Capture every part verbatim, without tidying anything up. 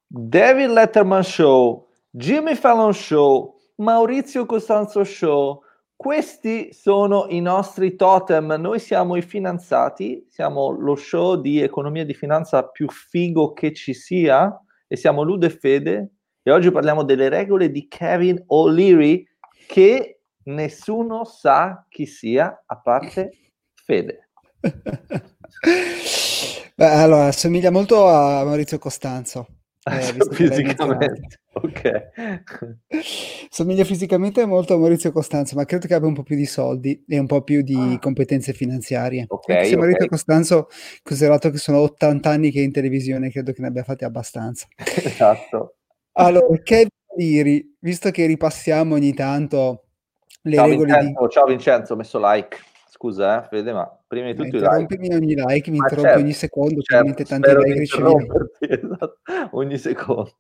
David Letterman Show, Jimmy Fallon Show, Maurizio Costanzo Show, questi sono i nostri totem. Noi siamo i finanziati, siamo lo show di economia e di finanza più figo che ci sia e siamo Ludo e Fede e oggi parliamo delle regole di Kevin O'Leary che nessuno sa chi sia a parte Fede. Beh, allora, assomiglia molto a Maurizio Costanzo, eh, visto che l'hai menzionato. Fisicamente, ok. Somiglia fisicamente molto a Maurizio Costanzo, ma credo che abbia un po' più di soldi e un po' più di Ah. competenze finanziarie. Ok, Anche se Maurizio ok. Costanzo, considerato che sono ottanta anni che è in televisione, credo che ne abbia fatti abbastanza. Esatto. Allora, Kevin O'Leary, visto che ripassiamo ogni tanto le Ciao regole di... Vincenzo, ciao Vincenzo, ho messo like. Scusa, eh, Fede, ma prima di Ma tutto i like. interrompimi ogni like, mi Ma interrompi ogni certo, secondo, certo, talmente tanti spero di like riceviamo. interromperti, esatto, ogni secondo.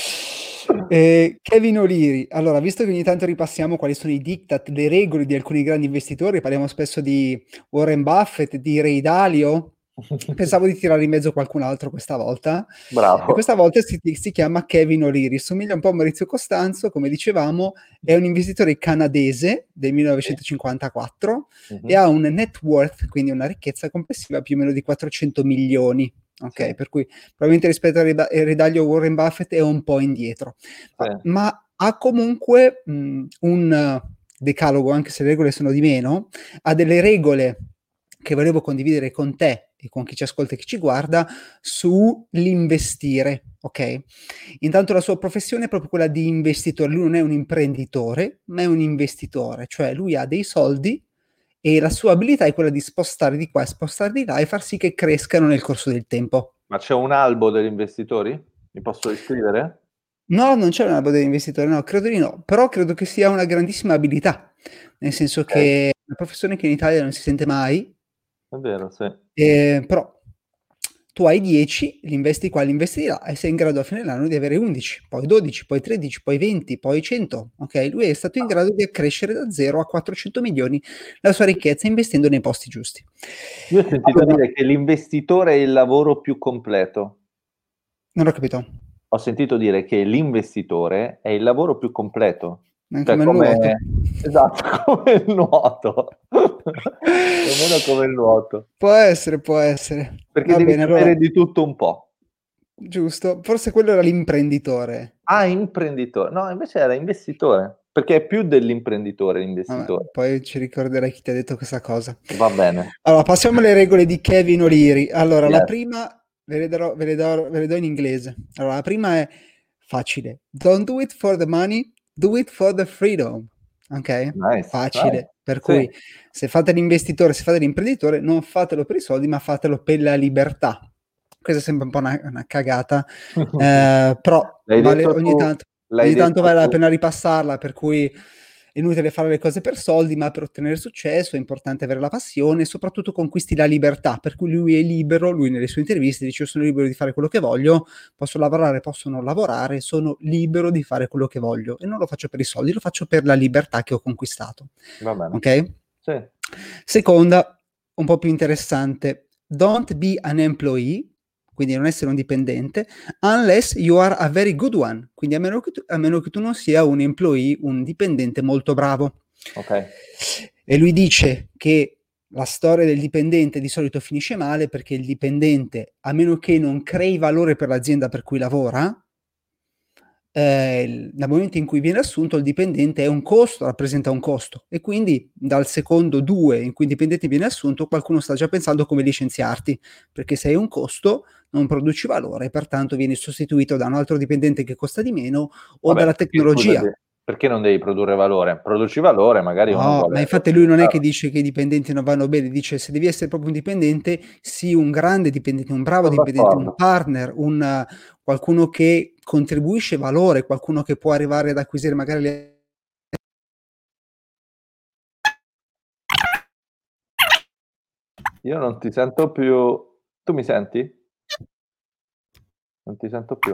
Eh, Kevin O'Leary, allora, visto che ogni tanto ripassiamo quali sono i diktat, le regole di alcuni grandi investitori, parliamo spesso di Warren Buffett, di Ray Dalio, pensavo di tirare in mezzo qualcun altro questa volta. Bravo. E questa volta si, si chiama Kevin O'Leary, somiglia un po' a Maurizio Costanzo, come dicevamo, è un investitore canadese del millenovecentocinquantaquattro Mhm. e ha un net worth, quindi una ricchezza complessiva più o meno di quattrocento milioni. Ok, Sì. per cui probabilmente rispetto al redaglio Warren Buffett è un po' indietro, Sì. ma, ma ha comunque mh, un decalogo, anche se le regole sono di meno, ha delle regole che volevo condividere con te e con chi ci ascolta e chi ci guarda sull'investire, ok? Intanto la sua professione è proprio quella di investitore, lui non è un imprenditore, ma è un investitore, cioè lui ha dei soldi e la sua abilità è quella di spostare di qua e spostare di là e far sì che crescano nel corso del tempo. Ma c'è un albo degli investitori? Mi posso iscrivere? No, non c'è una albo dell'investitore, no, credo di no, però credo che sia una grandissima abilità, nel senso Ok, che è una professione che in Italia non si sente mai, è vero, sì. eh, però tu hai dieci, li investi qua, li investi là e sei in grado a fine dell'anno di avere undici, poi dodici, poi tredici, poi venti, poi cento, ok? Lui è stato in grado di accrescere da zero a quattrocento milioni la sua ricchezza investendo nei posti giusti. Io ho sentito Allora, dire che l'investitore è il lavoro più completo. non ho capito. Ho sentito dire che l'investitore è il lavoro più completo. È Cioè come il nuoto. come... Esatto, come il nuoto. Più o meno come il nuoto. Può essere, può essere. Perché Va devi bene, sapere allora, di tutto un po'. giusto. Forse quello era l'imprenditore. Ah, imprenditore. No, invece era investitore. Perché è più dell'imprenditore Vabbè, l'investitore. poi ci ricorderai chi ti ha detto questa cosa. Va bene. Allora, passiamo alle regole di Kevin O'Leary. Allora, la Yes. prima ve le, darò, ve, le darò, ve le do in inglese. Allora, la prima è facile. Don't do it for the money, do it for the freedom. Ok? Nice. Facile. Nice. Per Sì. cui, se fate l'investitore, se fate l'imprenditore, non fatelo per i soldi, ma fatelo per la libertà. Questa è sempre un po' una, una cagata, eh, però L'hai vale, detto ogni tu. tanto, L'hai ogni tanto detto vale la tu. pena ripassarla, per cui è inutile fare le cose per soldi, ma per ottenere successo è importante avere la passione e soprattutto conquisti la libertà, per cui lui è libero, lui nelle sue interviste dice io sono libero di fare quello che voglio, posso lavorare, posso non lavorare, sono libero di fare quello che voglio e non lo faccio per i soldi, lo faccio per la libertà che ho conquistato. Va bene. Ok? Sì. Seconda, un po' più interessante, don't be an employee, quindi non essere un dipendente, unless you are a very good one, quindi a meno che tu, a meno che tu non sia un employee, un dipendente molto bravo. Ok. E lui dice che la storia del dipendente di solito finisce male perché il dipendente, a meno che non crei valore per l'azienda per cui lavora, eh, dal momento in cui viene assunto il dipendente è un costo, rappresenta un costo e quindi dal secondo due in cui il dipendente viene assunto qualcuno sta già pensando come licenziarti perché sei un costo, non produci valore e pertanto vieni sostituito da un altro dipendente che costa di meno o Vabbè, dalla perché, scusa, tecnologia. de- perché non devi produrre valore? Produci valore, magari uno No, ma vuole infatti lui non è che ottimizzarlo. dice che i dipendenti non vanno bene, dice se devi essere proprio un dipendente, sii un grande dipendente, un bravo Sono dipendente, un d'accordo. partner, un, uh, qualcuno che contribuisce valore, qualcuno che può arrivare ad acquisire magari le... Io non ti sento più. Tu mi senti? Non ti sento più.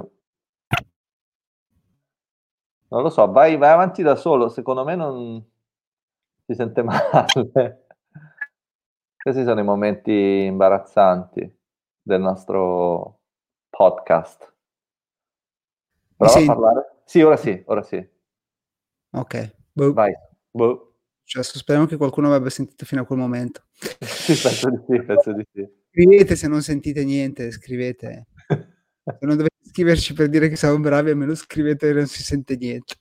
Non lo so, vai, vai avanti da solo. Secondo me non si sente male. Questi sono i momenti imbarazzanti del nostro podcast. Prova a senti? parlare. Sì, ora sì, ora sì. Ok. Boh. Vai. Boh. Cioè, speriamo che qualcuno mi abbia sentito fino a quel momento. Sì, penso di sì, penso di sì. Scrivete se non sentite niente, scrivete. Se non dovete scriverci per dire che siamo bravi, almeno scrivete che non si sente niente.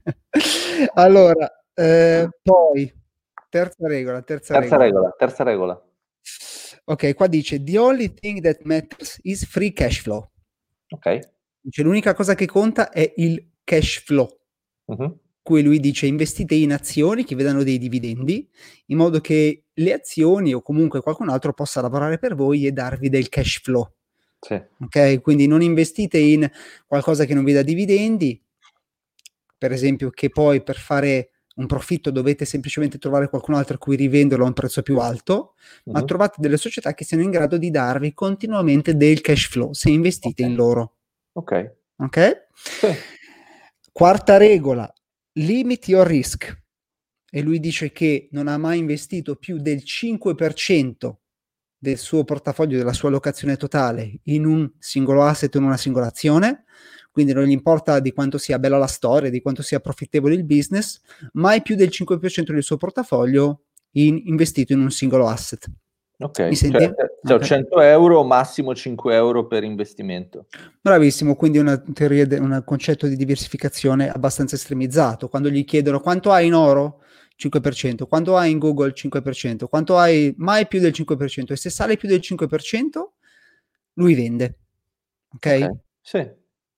Allora, eh, poi, terza regola, terza, Terza regola. regola, terza regola. Ok, qua dice, the only thing that matters is free cash flow. Ok. Dice, l'unica cosa che conta è il cash flow. Uh-huh. Cui lui dice, investite in azioni che vedano dei dividendi, in modo che le azioni o comunque qualcun altro possa lavorare per voi e darvi del cash flow. Sì. Ok, quindi non investite in qualcosa che non vi dà dividendi, per esempio, che poi per fare un profitto dovete semplicemente trovare qualcun altro a cui rivenderlo a un prezzo più alto, uh-huh. ma trovate delle società che siano in grado di darvi continuamente del cash flow se investite okay. in loro. Ok. Ok? Sì. Quarta regola, limit your risk. E lui dice che non ha mai investito più del cinque per cento del suo portafoglio, della sua allocazione totale in un singolo asset o in una singola azione, quindi non gli importa di quanto sia bella la storia, di quanto sia profittevole il business, mai più del cinque per cento del suo portafoglio in, investito in un singolo asset. Ok, mi senti? Cioè, se ho Okay. cento euro, massimo cinque euro per investimento. Bravissimo, quindi una teoria, de- un concetto di diversificazione abbastanza estremizzato. Quando gli chiedono quanto hai in oro, cinque per cento, quanto hai in Google, cinque per cento, quanto hai, mai più del cinque per cento, e se sale più del cinque per cento, lui vende. Ok? Ok, sì.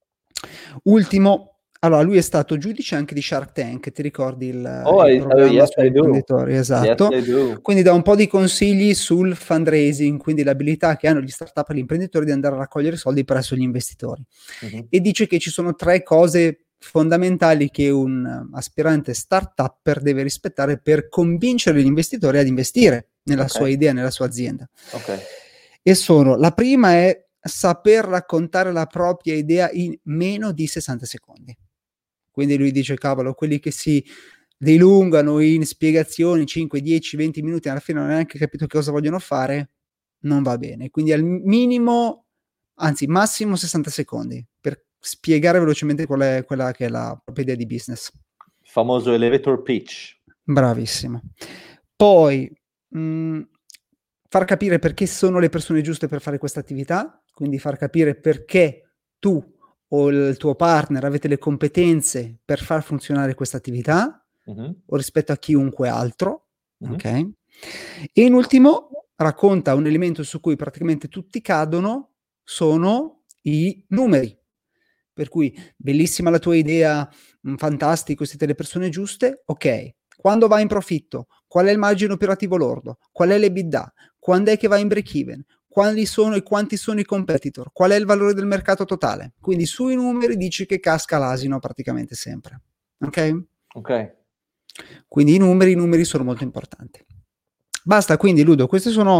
Ultimo, allora lui è stato giudice anche di Shark Tank, ti ricordi il, Oh, il I, programma yes, sugli I do. imprenditori? Esatto. Yes, I do. Quindi dà un po' di consigli sul fundraising, quindi l'abilità che hanno gli startup e gli imprenditori di andare a raccogliere soldi presso gli investitori. Uh-huh. E dice che ci sono tre cose fondamentali che un aspirante startupper deve rispettare per convincere gli investitori ad investire nella okay. sua idea, nella sua azienda. Okay. E sono, la prima è saper raccontare la propria idea in meno di sessanta secondi. Quindi lui dice, cavolo, quelli che si dilungano in spiegazioni cinque, dieci, venti minuti, alla fine non hanno neanche capito cosa vogliono fare, non va bene. Quindi al minimo, anzi massimo sessanta secondi per spiegare velocemente qual è quella che è la propria idea di business. Il famoso elevator pitch. Bravissimo. Poi mh, far capire perché sono le persone giuste per fare questa attività, quindi far capire perché tu o il tuo partner avete le competenze per far funzionare questa attività, uh-huh. o rispetto a chiunque altro, uh-huh. ok? E in ultimo racconta un elemento su cui praticamente tutti cadono, sono i numeri. Per cui bellissima la tua idea, fantastico, siete le persone giuste, ok. Quando va in profitto? Qual è il margine operativo lordo? Qual è l'EBITDA? Quando è che va in break even? Quali sono e quanti sono i competitor? Qual è il valore del mercato totale? Quindi sui numeri dici che casca l'asino praticamente sempre. Ok? Ok. Quindi i numeri, i numeri sono molto importanti. Basta, quindi Ludo, queste sono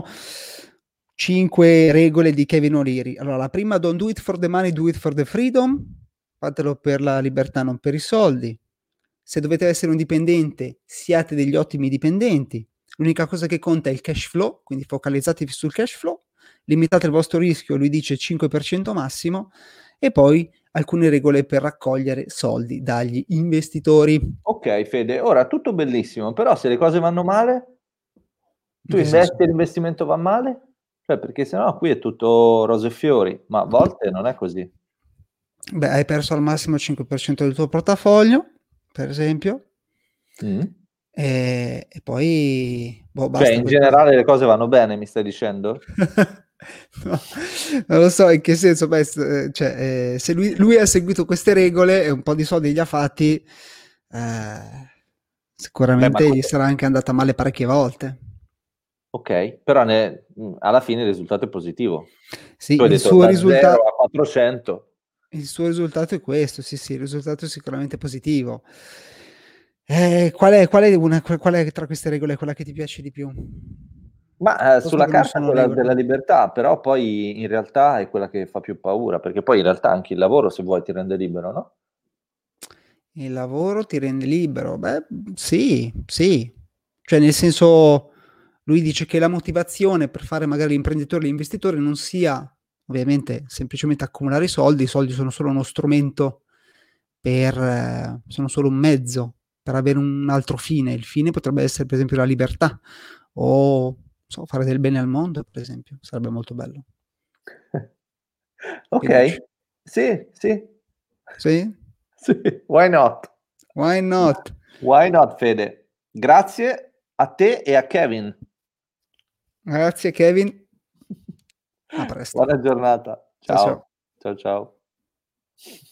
cinque regole di Kevin O'Leary. Allora, la prima, don't do it for the money, do it for the freedom. Fatelo per la libertà, non per i soldi. Se dovete essere un dipendente, siate degli ottimi dipendenti. L'unica cosa che conta è il cash flow, quindi focalizzatevi sul cash flow. Limitate il vostro rischio, lui dice cinque per cento massimo. E poi alcune regole per raccogliere soldi dagli investitori. Ok, Fede, ora tutto bellissimo, però se le cose vanno male, tu investi e l'investimento va male? Cioè, perché sennò qui è tutto rose e fiori, ma a volte non è così. Beh, hai perso al massimo il cinque per cento del tuo portafoglio, per esempio. Mm. E, e poi boh, basta. Cioè, in generale le cose vanno bene, mi stai dicendo? No, non lo so in che senso. Beh, cioè, eh, se lui, lui ha seguito queste regole e un po' di soldi li ha fatti, eh, sicuramente Beh, gli sarà anche andata male parecchie volte. Ok, però ne, alla fine il risultato è positivo. Sì, tu hai il detto suo da risultato zero a quattrocento. Il suo risultato è questo, sì, sì, il risultato è sicuramente positivo. Eh, qual è, qual è, una, qual è tra queste regole quella che ti piace di più? Ma eh, sulla carta è quella regole. della libertà, però poi in realtà è quella che fa più paura, perché poi in realtà anche il lavoro, se vuoi, ti rende libero, no? Il lavoro ti rende libero? Beh, sì, sì. Cioè, nel senso, lui dice che la motivazione per fare magari l'imprenditore e l'investitore non sia, ovviamente, semplicemente accumulare i soldi. I soldi sono solo uno strumento per eh, sono solo un mezzo per avere un altro fine. Il fine potrebbe essere, per esempio, la libertà o so, fare del bene al mondo, per esempio, sarebbe molto bello. Che dici? Ok, sì, sì, Sì? sì, why not? Why not? Why not, Fede? Grazie a te e a Kevin. Grazie Kevin. A presto. Buona giornata. Ciao ciao. Ciao. Ciao ciao.